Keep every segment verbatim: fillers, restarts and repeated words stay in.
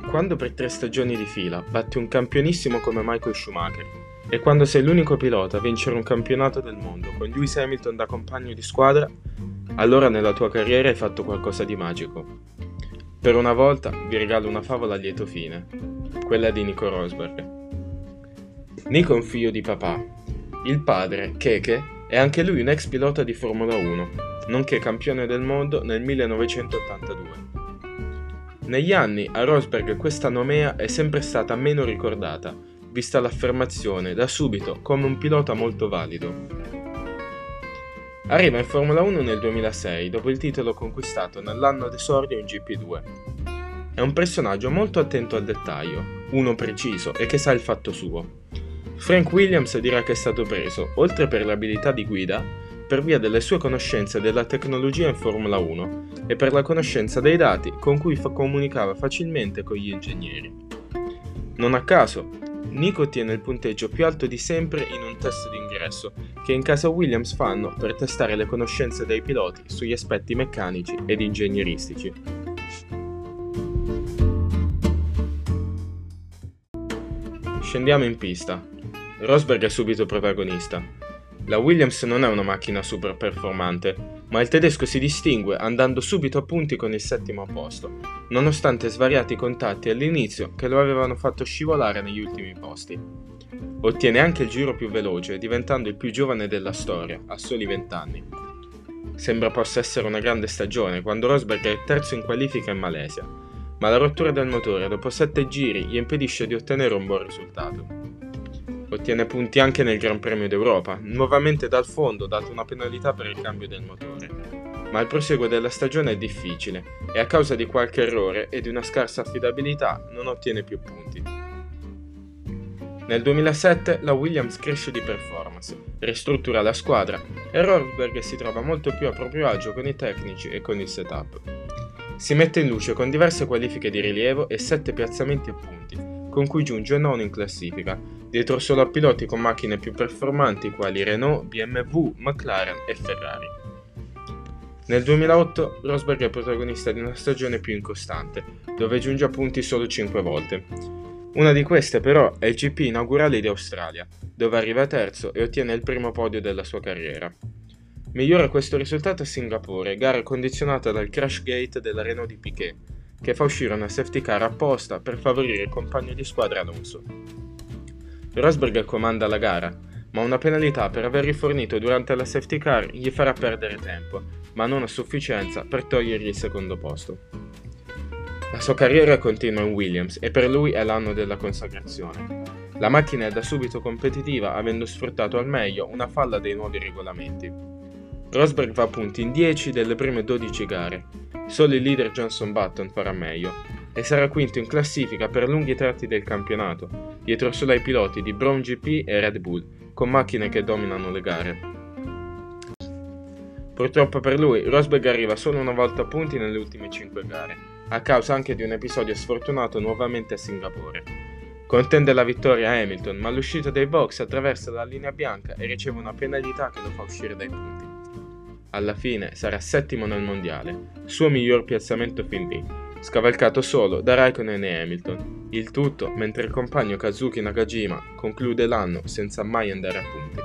Quando per tre stagioni di fila batti un campionissimo come Michael Schumacher e quando sei l'unico pilota a vincere un campionato del mondo con Lewis Hamilton da compagno di squadra, allora nella tua carriera hai fatto qualcosa di magico. Per una volta vi regalo una favola a lieto fine, quella di Nico Rosberg. Nico è un figlio di papà. Il padre, Keke, è anche lui un ex pilota di Formula uno, nonché campione del mondo nel millenovecentottantadue. Negli anni a Rosberg questa nomea è sempre stata meno ricordata, vista l'affermazione da subito come un pilota molto valido. Arriva in Formula uno nel duemilasei dopo il titolo conquistato nell'anno d'esordio in G P due. È un personaggio molto attento al dettaglio, uno preciso e che sa il fatto suo. Frank Williams dirà che è stato preso, oltre per le abilità di guida, per via delle sue conoscenze della tecnologia in Formula uno e per la conoscenza dei dati con cui fa- comunicava facilmente con gli ingegneri. Non a caso, Nico ottiene il punteggio più alto di sempre in un test d'ingresso che in casa Williams fanno per testare le conoscenze dei piloti sugli aspetti meccanici ed ingegneristici. Scendiamo in pista. Rosberg è subito protagonista. La Williams non è una macchina super performante, ma il tedesco si distingue andando subito a punti con il settimo posto, nonostante svariati contatti all'inizio che lo avevano fatto scivolare negli ultimi posti. Ottiene anche il giro più veloce, diventando il più giovane della storia, a soli venti anni. Sembra possa essere una grande stagione quando Rosberg è terzo in qualifica in Malesia, ma la rottura del motore dopo sette giri gli impedisce di ottenere un buon risultato. Ottiene punti anche nel Gran Premio d'Europa, nuovamente dal fondo data una penalità per il cambio del motore. Ma il proseguo della stagione è difficile e a causa di qualche errore e di una scarsa affidabilità non ottiene più punti. Nel duemilasette la Williams cresce di performance, ristruttura la squadra e Rosberg si trova molto più a proprio agio con i tecnici e con il setup. Si mette in luce con diverse qualifiche di rilievo e sette piazzamenti a punti, con cui giunge nono in classifica, dietro solo a piloti con macchine più performanti quali Renault, B M W, McLaren e Ferrari. Nel duemilaotto Rosberg è protagonista di una stagione più incostante, dove giunge a punti solo cinque volte. Una di queste però è il G P inaugurale di Australia, dove arriva terzo e ottiene il primo podio della sua carriera. Migliora questo risultato a Singapore, gara condizionata dal crash gate della Renault di Piquet, che fa uscire una safety car apposta per favorire il compagno di squadra Alonso. Rosberg comanda la gara, ma una penalità per aver rifornito durante la safety car gli farà perdere tempo, ma non a sufficienza per togliergli il secondo posto. La sua carriera continua in Williams e per lui è l'anno della consacrazione. La macchina è da subito competitiva avendo sfruttato al meglio una falla dei nuovi regolamenti. Rosberg va a punti in dieci delle prime dodici gare, solo il leader Jenson Button farà meglio, e sarà quinto in classifica per lunghi tratti del campionato, dietro solo ai piloti di Brown G P e Red Bull, con macchine che dominano le gare. Purtroppo per lui, Rosberg arriva solo una volta a punti nelle ultime cinque gare, a causa anche di un episodio sfortunato nuovamente a Singapore. Contende la vittoria a Hamilton, ma all'uscita dai box attraversa la linea bianca e riceve una penalità che lo fa uscire dai punti. Alla fine sarà settimo nel mondiale, suo miglior piazzamento fin lì, scavalcato solo da Raikkonen e Hamilton, il tutto mentre il compagno Kazuki Nakajima conclude l'anno senza mai andare a punti.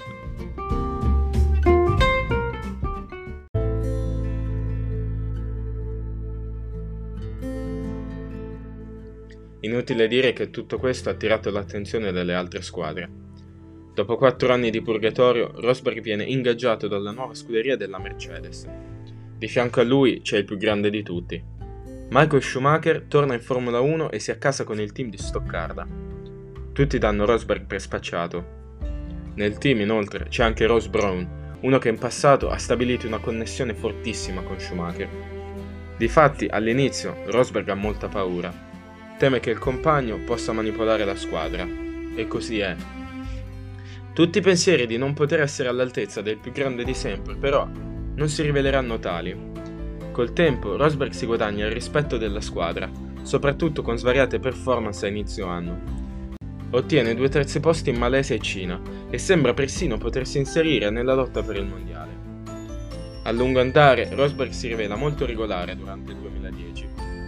Inutile dire che tutto questo ha attirato l'attenzione delle altre squadre. Dopo quattro anni di purgatorio, Rosberg viene ingaggiato dalla nuova scuderia della Mercedes. Di fianco a lui c'è il più grande di tutti. Michael Schumacher torna in Formula uno e si accasa con il team di Stoccarda. Tutti danno Rosberg per spacciato. Nel team inoltre c'è anche Ross Brawn, uno che in passato ha stabilito una connessione fortissima con Schumacher. Difatti all'inizio Rosberg ha molta paura, teme che il compagno possa manipolare la squadra, e così è. Tutti i pensieri di non poter essere all'altezza del più grande di sempre però non si riveleranno tali. Col tempo Rosberg si guadagna il rispetto della squadra, soprattutto con svariate performance a inizio anno. Ottiene due terzi posti in Malesia e Cina e sembra persino potersi inserire nella lotta per il mondiale. A lungo andare Rosberg si rivela molto regolare durante il duemiladieci,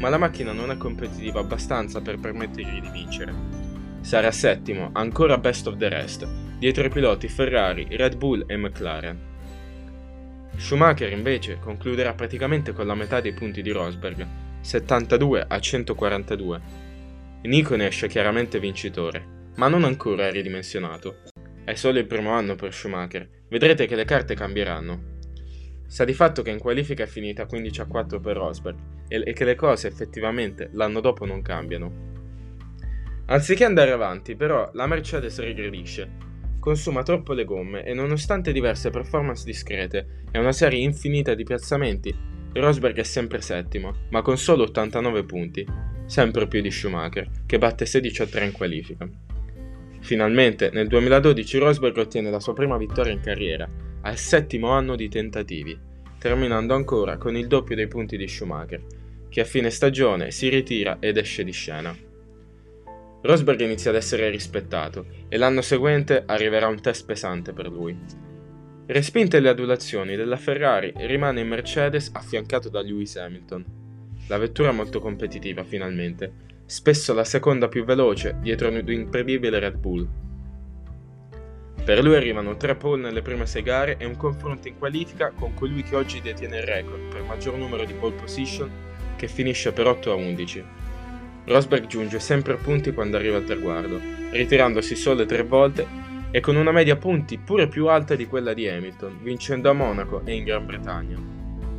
ma la macchina non è competitiva abbastanza per permettergli di vincere. Sarà settimo, ancora best of the rest, dietro i piloti Ferrari, Red Bull e McLaren. Schumacher invece concluderà praticamente con la metà dei punti di Rosberg, settantadue a centoquarantadue. Nico ne esce chiaramente vincitore, ma non ancora ridimensionato. È solo il primo anno per Schumacher, vedrete che le carte cambieranno. Sta di fatto che in qualifica è finita quindici a quattro per Rosberg e che le cose effettivamente l'anno dopo non cambiano. Anziché andare avanti, però, la Mercedes regredisce, consuma troppo le gomme e nonostante diverse performance discrete e una serie infinita di piazzamenti, Rosberg è sempre settimo, ma con solo ottantanove punti, sempre più di Schumacher, che batte sedici a tre in qualifica. Finalmente, nel duemiladodici Rosberg ottiene la sua prima vittoria in carriera, al settimo anno di tentativi, terminando ancora con il doppio dei punti di Schumacher, che a fine stagione si ritira ed esce di scena. Rosberg inizia ad essere rispettato e l'anno seguente arriverà un test pesante per lui. Respinte le adulazioni della Ferrari, rimane in Mercedes affiancato da Lewis Hamilton. La vettura è molto competitiva finalmente, spesso la seconda più veloce dietro l'incredibile Red Bull. Per lui arrivano tre pole nelle prime sei gare e un confronto in qualifica con colui che oggi detiene il record per maggior numero di pole position, che finisce per otto a undici. Rosberg giunge sempre a punti quando arriva al traguardo, ritirandosi sole tre volte e con una media punti pure più alta di quella di Hamilton, vincendo a Monaco e in Gran Bretagna.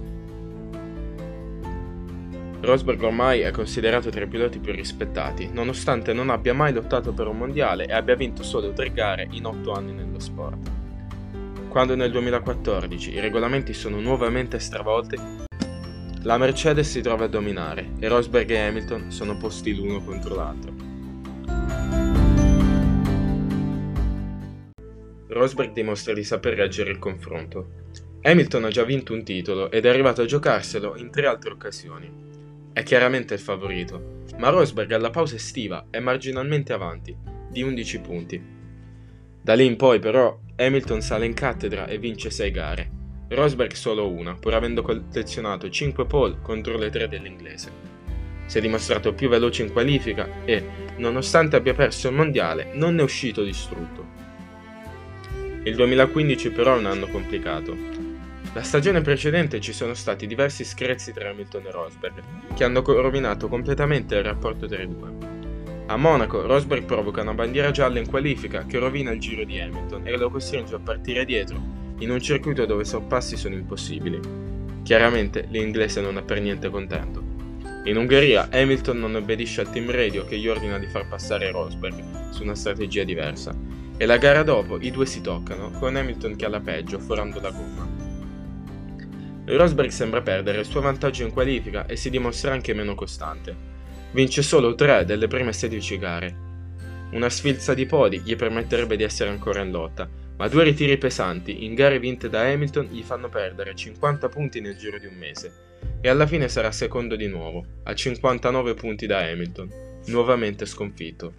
Rosberg ormai è considerato tra i piloti più rispettati, nonostante non abbia mai lottato per un mondiale e abbia vinto solo tre gare in otto anni nello sport. Quando nel duemilaquattordici i regolamenti sono nuovamente stravolti, la Mercedes si trova a dominare e Rosberg e Hamilton sono posti l'uno contro l'altro. Rosberg dimostra di saper reggere il confronto. Hamilton ha già vinto un titolo ed è arrivato a giocarselo in tre altre occasioni. È chiaramente il favorito, ma Rosberg alla pausa estiva è marginalmente avanti, di undici punti. Da lì in poi però Hamilton sale in cattedra e vince sei gare, Rosberg solo una, pur avendo collezionato cinque pole contro le tre dell'inglese. Si è dimostrato più veloce in qualifica e, nonostante abbia perso il mondiale, non è uscito distrutto. Il duemilaquindici però è un anno complicato. La stagione precedente ci sono stati diversi screzi tra Hamilton e Rosberg, che hanno rovinato completamente il rapporto tra i due. A Monaco, Rosberg provoca una bandiera gialla in qualifica che rovina il giro di Hamilton e lo costringe a partire dietro in un circuito dove sorpassi sono impossibili. Chiaramente l'inglese non è per niente contento. In Ungheria, Hamilton non obbedisce al team radio che gli ordina di far passare Rosberg su una strategia diversa, e la gara dopo i due si toccano, con Hamilton che ha la peggio, forando la gomma. Rosberg sembra perdere il suo vantaggio in qualifica e si dimostra anche meno costante. Vince solo tre delle prime sedici gare. Una sfilza di podi gli permetterebbe di essere ancora in lotta, ma due ritiri pesanti in gare vinte da Hamilton gli fanno perdere cinquanta punti nel giro di un mese, e alla fine sarà secondo di nuovo, a cinquantanove punti da Hamilton, nuovamente sconfitto.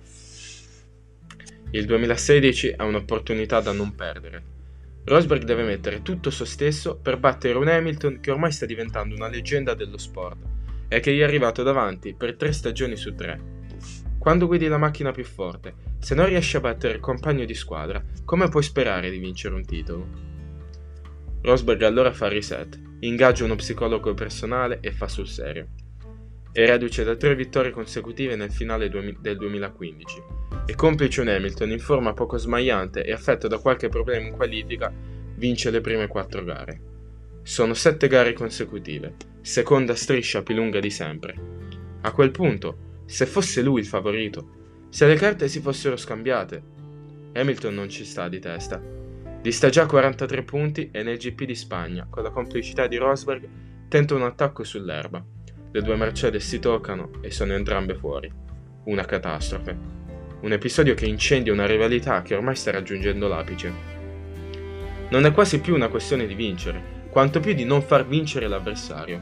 Il duemilasedici è un'opportunità da non perdere. Rosberg deve mettere tutto se stesso per battere un Hamilton che ormai sta diventando una leggenda dello sport e che gli è arrivato davanti per tre stagioni su tre. Quando guidi la macchina più forte, se non riesci a battere il compagno di squadra, come puoi sperare di vincere un titolo? Rosberg allora fa reset, ingaggia uno psicologo personale e fa sul serio. È reduce da tre vittorie consecutive nel finale del duemilaquindici e, complice un Hamilton in forma poco smagliante e affetto da qualche problema in qualifica, vince le prime quattro gare. Sono sette gare consecutive, seconda striscia più lunga di sempre. A quel punto, se fosse lui il favorito, se le carte si fossero scambiate, Hamilton non ci sta di testa. Dista già quarantatré punti e nel G P di Spagna, con la complicità di Rosberg, tenta un attacco sull'erba. Le due Mercedes si toccano e sono entrambe fuori. Una catastrofe. Un episodio che incendia una rivalità che ormai sta raggiungendo l'apice. Non è quasi più una questione di vincere, quanto più di non far vincere l'avversario.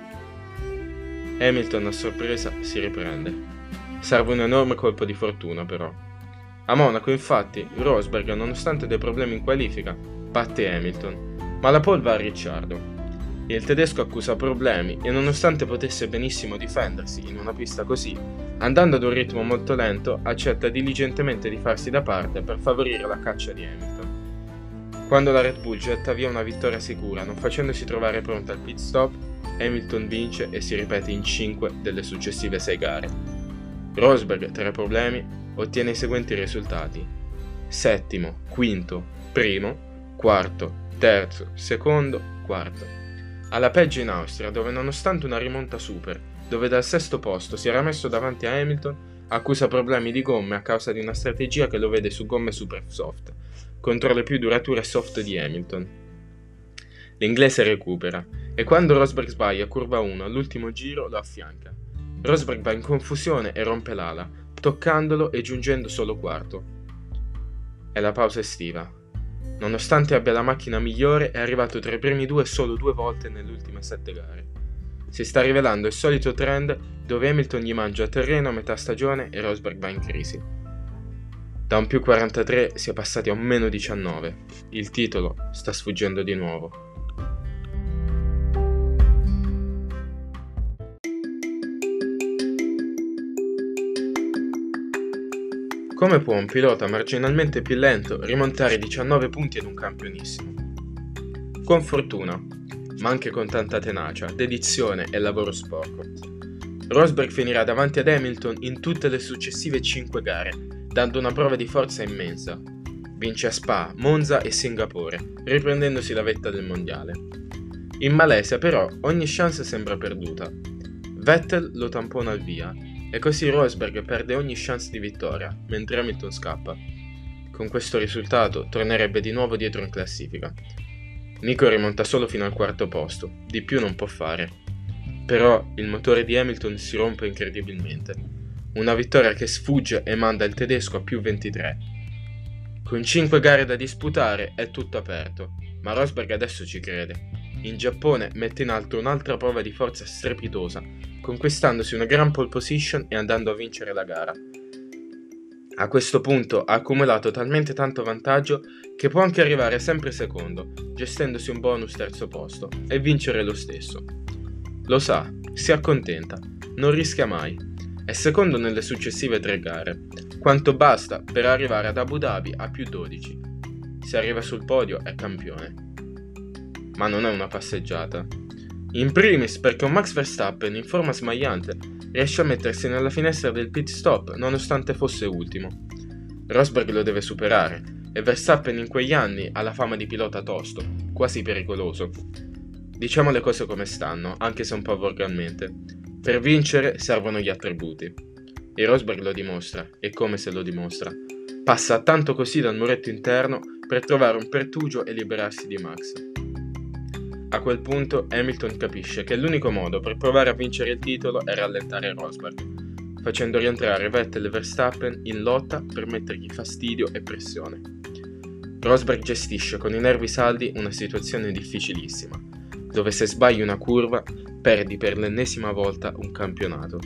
Hamilton a sorpresa si riprende. Serve un enorme colpo di fortuna però. A Monaco infatti Rosberg, nonostante dei problemi in qualifica, batte Hamilton, ma la pole va a Ricciardo. Il tedesco accusa problemi e nonostante potesse benissimo difendersi in una pista così, andando ad un ritmo molto lento, accetta diligentemente di farsi da parte per favorire la caccia di Hamilton. Quando la Red Bull getta via una vittoria sicura, non facendosi trovare pronta al pit stop, Hamilton vince e si ripete in cinque delle successive sei gare. Rosberg, tra i problemi, ottiene i seguenti risultati: settimo, quinto, primo, quarto, terzo, secondo, quarto. Alla peggio in Austria, dove nonostante una rimonta super, dove dal sesto posto si era messo davanti a Hamilton, accusa problemi di gomme a causa di una strategia che lo vede su gomme super soft, contro le più durature soft di Hamilton. L'inglese recupera, e quando Rosberg sbaglia curva uno all'ultimo giro lo affianca. Rosberg va in confusione e rompe l'ala, toccandolo e giungendo solo quarto. È la pausa estiva. Nonostante abbia la macchina migliore, è arrivato tra i primi due solo due volte nelle ultime sette gare. Si sta rivelando il solito trend dove Hamilton gli mangia terreno a metà stagione e Rosberg va in crisi. Da un più quarantatré si è passati a un meno diciannove. Il titolo sta sfuggendo di nuovo. Come può un pilota marginalmente più lento rimontare diciannove punti ad un campionissimo? Con fortuna, ma anche con tanta tenacia, dedizione e lavoro sporco. Rosberg finirà davanti ad Hamilton in tutte le successive cinque gare, dando una prova di forza immensa. Vince a Spa, Monza e Singapore, riprendendosi la vetta del mondiale. In Malesia però ogni chance sembra perduta. Vettel lo tampona al via, e così Rosberg perde ogni chance di vittoria, mentre Hamilton scappa. Con questo risultato tornerebbe di nuovo dietro in classifica. Nico rimonta solo fino al quarto posto, di più non può fare. Però il motore di Hamilton si rompe incredibilmente. Una vittoria che sfugge e manda il tedesco a più ventitré. Con cinque gare da disputare è tutto aperto, ma Rosberg adesso ci crede. In Giappone mette in alto un'altra prova di forza strepitosa, conquistandosi una gran pole position e andando a vincere la gara. A questo punto ha accumulato talmente tanto vantaggio che può anche arrivare sempre secondo, gestendosi un bonus terzo posto, e vincere lo stesso. Lo sa, si accontenta, non rischia mai. È secondo nelle successive tre gare, quanto basta per arrivare ad Abu Dhabi a più dodici. Se arriva sul podio è campione. Ma non è una passeggiata. In primis perché un Max Verstappen in forma smagliante riesce a mettersi nella finestra del pit stop nonostante fosse ultimo. Rosberg lo deve superare e Verstappen in quegli anni ha la fama di pilota tosto, quasi pericoloso. Diciamo le cose come stanno, anche se un po' volgarmente. Per vincere servono gli attributi. E Rosberg lo dimostra, e come se lo dimostra. Passa tanto così dal muretto interno per trovare un pertugio e liberarsi di Max. A quel punto Hamilton capisce che l'unico modo per provare a vincere il titolo è rallentare Rosberg, facendo rientrare Vettel e Verstappen in lotta per mettergli fastidio e pressione. Rosberg gestisce con i nervi saldi una situazione difficilissima, dove se sbagli una curva perdi per l'ennesima volta un campionato.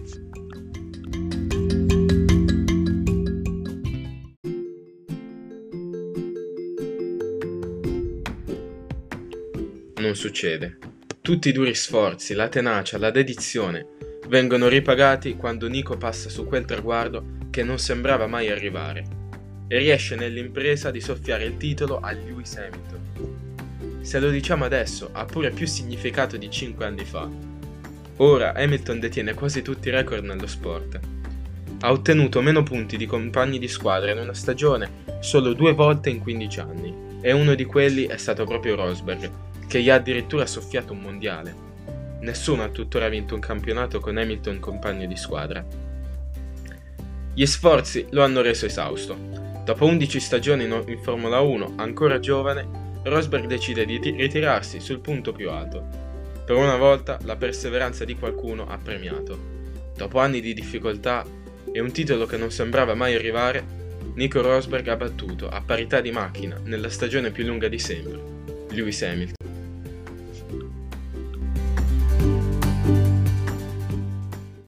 Non succede. Tutti i duri sforzi, la tenacia, la dedizione vengono ripagati quando Nico passa su quel traguardo che non sembrava mai arrivare e riesce nell'impresa di soffiare il titolo a Lewis Hamilton. Se lo diciamo adesso ha pure più significato di cinque anni fa. Ora Hamilton detiene quasi tutti i record nello sport. Ha ottenuto meno punti di compagni di squadra in una stagione solo due volte in quindici anni e uno di quelli è stato proprio Rosberg, che gli ha addirittura soffiato un mondiale. Nessuno ha tuttora vinto un campionato con Hamilton compagno di squadra. Gli sforzi lo hanno reso esausto. Dopo undici stagioni in Formula uno, ancora giovane, Rosberg decide di ritirarsi sul punto più alto. Per una volta la perseveranza di qualcuno ha premiato. Dopo anni di difficoltà e un titolo che non sembrava mai arrivare, Nico Rosberg ha battuto, a parità di macchina, nella stagione più lunga di sempre, Lewis Hamilton.